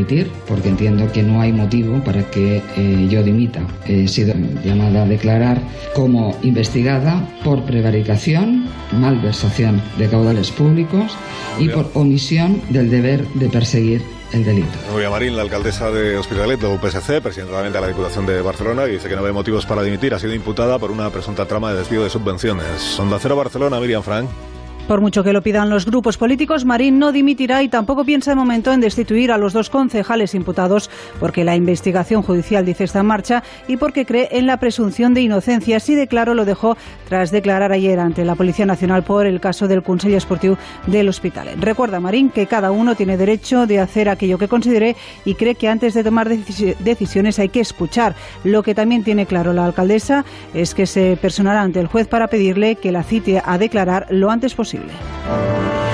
dimitir, porque entiendo que no hay motivo para que yo dimita. He sido llamada a declarar como investigada por prevaricación, malversación de caudales públicos y por omisión del deber de perseguir el delito. Nuria Marín, la alcaldesa de Hospitalet, del PSC, presidenta también de la Diputación de Barcelona, y dice que no ve motivos para dimitir. Ha sido imputada por una presunta trama de desvío de subvenciones. Onda Cero Barcelona, Miriam Frank. Por mucho que lo pidan los grupos políticos, Marín no dimitirá y tampoco piensa de momento en destituir a los 2 concejales imputados, porque la investigación judicial dice está en marcha y porque cree en la presunción de inocencia. Así de claro lo dejó tras declarar ayer ante la Policía Nacional por el caso del Consell Esportiu del Hospitalet. Recuerda Marín que cada uno tiene derecho de hacer aquello que considere y cree que antes de tomar decisiones hay que escuchar. Lo que también tiene claro la alcaldesa es que se personará ante el juez para pedirle que la cite a declarar lo antes posible.